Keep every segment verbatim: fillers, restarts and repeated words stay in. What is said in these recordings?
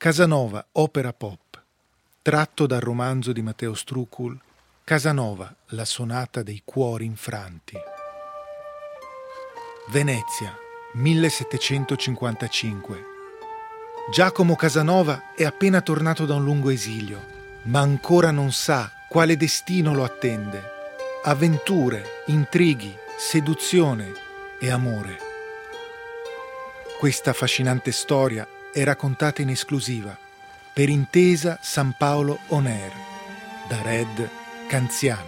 Casanova, opera pop, tratto dal romanzo di Matteo Strucul, Casanova, la sonata dei cuori infranti. Venezia, millesettecentocinquantacinque. Giacomo Casanova è appena tornato da un lungo esilio, ma ancora non sa quale destino lo attende. Avventure, intrighi, seduzione e amore. Questa affascinante storia è raccontata in esclusiva per Intesa San Paolo On Air da Red Canzian.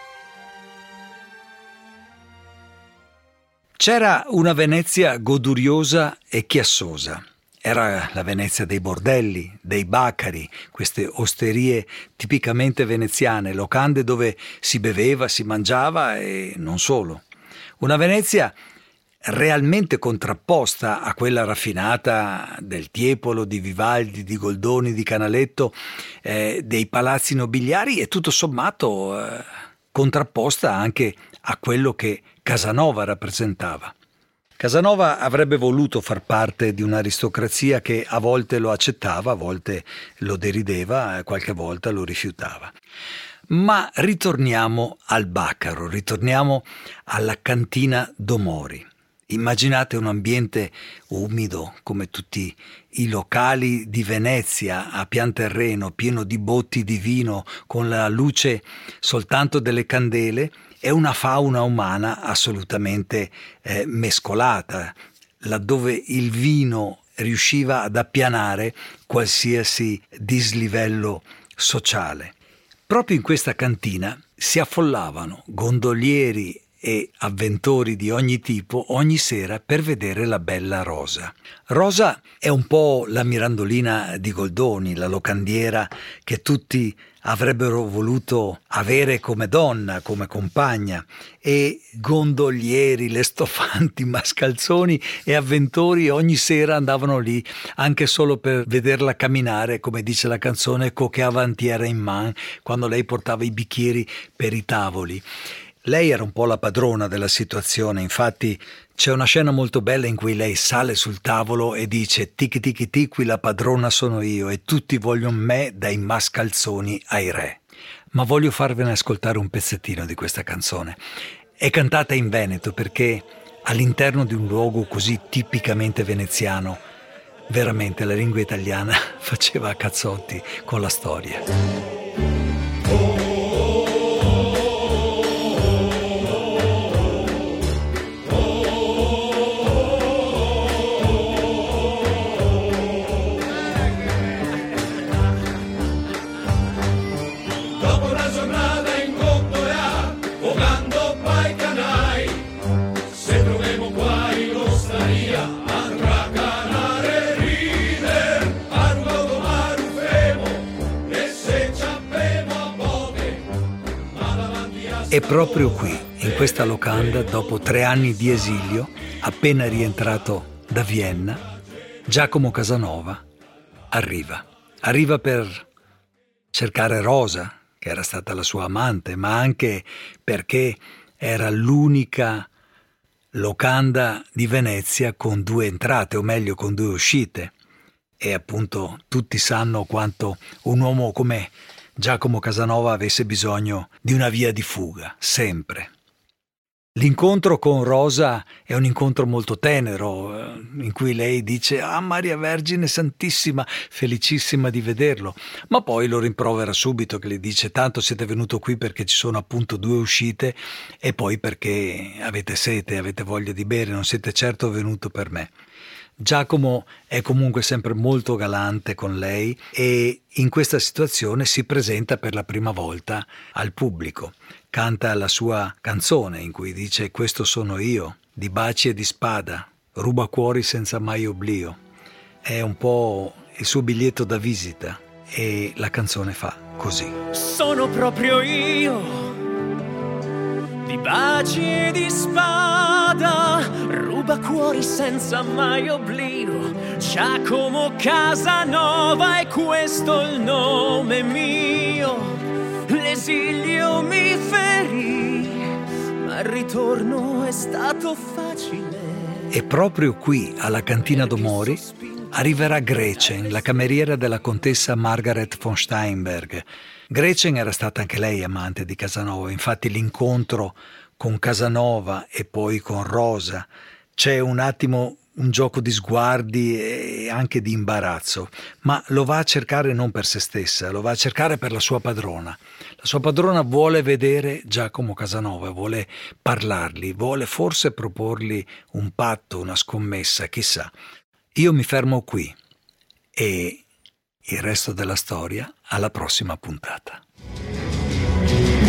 C'era una Venezia goduriosa e chiassosa. Era la Venezia dei bordelli, dei bacari, queste osterie tipicamente veneziane, locande dove si beveva, si mangiava e non solo. Una Venezia realmente contrapposta a quella raffinata del Tiepolo, di Vivaldi, di Goldoni, di Canaletto, eh, dei palazzi nobiliari e tutto sommato eh, contrapposta anche a quello che Casanova rappresentava. Casanova avrebbe voluto far parte di un'aristocrazia che a volte lo accettava, a volte lo derideva, qualche volta lo rifiutava. Ma ritorniamo al Baccaro, ritorniamo alla cantina d'Omori. Immaginate un ambiente umido come tutti i locali di Venezia a pian terreno, pieno di botti di vino, con la luce soltanto delle candele e una fauna umana assolutamente eh, mescolata, laddove il vino riusciva ad appianare qualsiasi dislivello sociale. Proprio in questa cantina si affollavano gondolieri e avventori di ogni tipo ogni sera per vedere la bella Rosa. Rosa è un po' la Mirandolina di Goldoni, la locandiera che tutti avrebbero voluto avere come donna, come compagna, e gondolieri, lestofanti, mascalzoni e avventori ogni sera andavano lì anche solo per vederla camminare, come dice la canzone, «Coche avantiera in man», quando lei portava i bicchieri per i tavoli. Lei era un po' la padrona della situazione, infatti c'è una scena molto bella in cui lei sale sul tavolo e dice «Tiki tiki tiki, qui la padrona sono io e tutti vogliono me dai mascalzoni ai re». Ma voglio farvene ascoltare un pezzettino di questa canzone. È cantata in Veneto perché all'interno di un luogo così tipicamente veneziano veramente la lingua italiana faceva a cazzotti con la storia. E proprio qui, in questa locanda, dopo tre anni di esilio, appena rientrato da Vienna, Giacomo Casanova arriva. Arriva per cercare Rosa, che era stata la sua amante, ma anche perché era l'unica locanda di Venezia con due entrate, o meglio con due uscite. E appunto tutti sanno quanto un uomo come Giacomo Casanova avesse bisogno di una via di fuga, sempre. L'incontro con Rosa è un incontro molto tenero, in cui lei dice «Ah, Maria Vergine Santissima, felicissima di vederlo», ma poi lo rimprovera subito, che le dice «Tanto siete venuto qui perché ci sono appunto due uscite e poi perché avete sete, avete voglia di bere, non siete certo venuto per me». Giacomo è comunque sempre molto galante con lei e in questa situazione si presenta per la prima volta al pubblico. Canta la sua canzone in cui dice «Questo sono io, di baci e di spada, ruba cuori senza mai oblio». È un po' il suo biglietto da visita e la canzone fa così. Sono proprio io, di baci e di spada, ruba cuori senza mai oblio, Giacomo Casanova è questo il nome mio. L'esilio mi ferì, ma il ritorno è stato facile. E proprio qui, alla cantina d'Omori, arriverà Gretchen, la cameriera della contessa Margaret von Steinberg. Gretchen era stata anche lei amante di Casanova, infatti l'incontro con Casanova e poi con Rosa, c'è un attimo un gioco di sguardi e anche di imbarazzo, ma lo va a cercare non per se stessa, lo va a cercare per la sua padrona. La sua padrona vuole vedere Giacomo Casanova, vuole parlargli, vuole forse proporgli un patto, una scommessa, chissà. Io mi fermo qui e il resto della storia alla prossima puntata.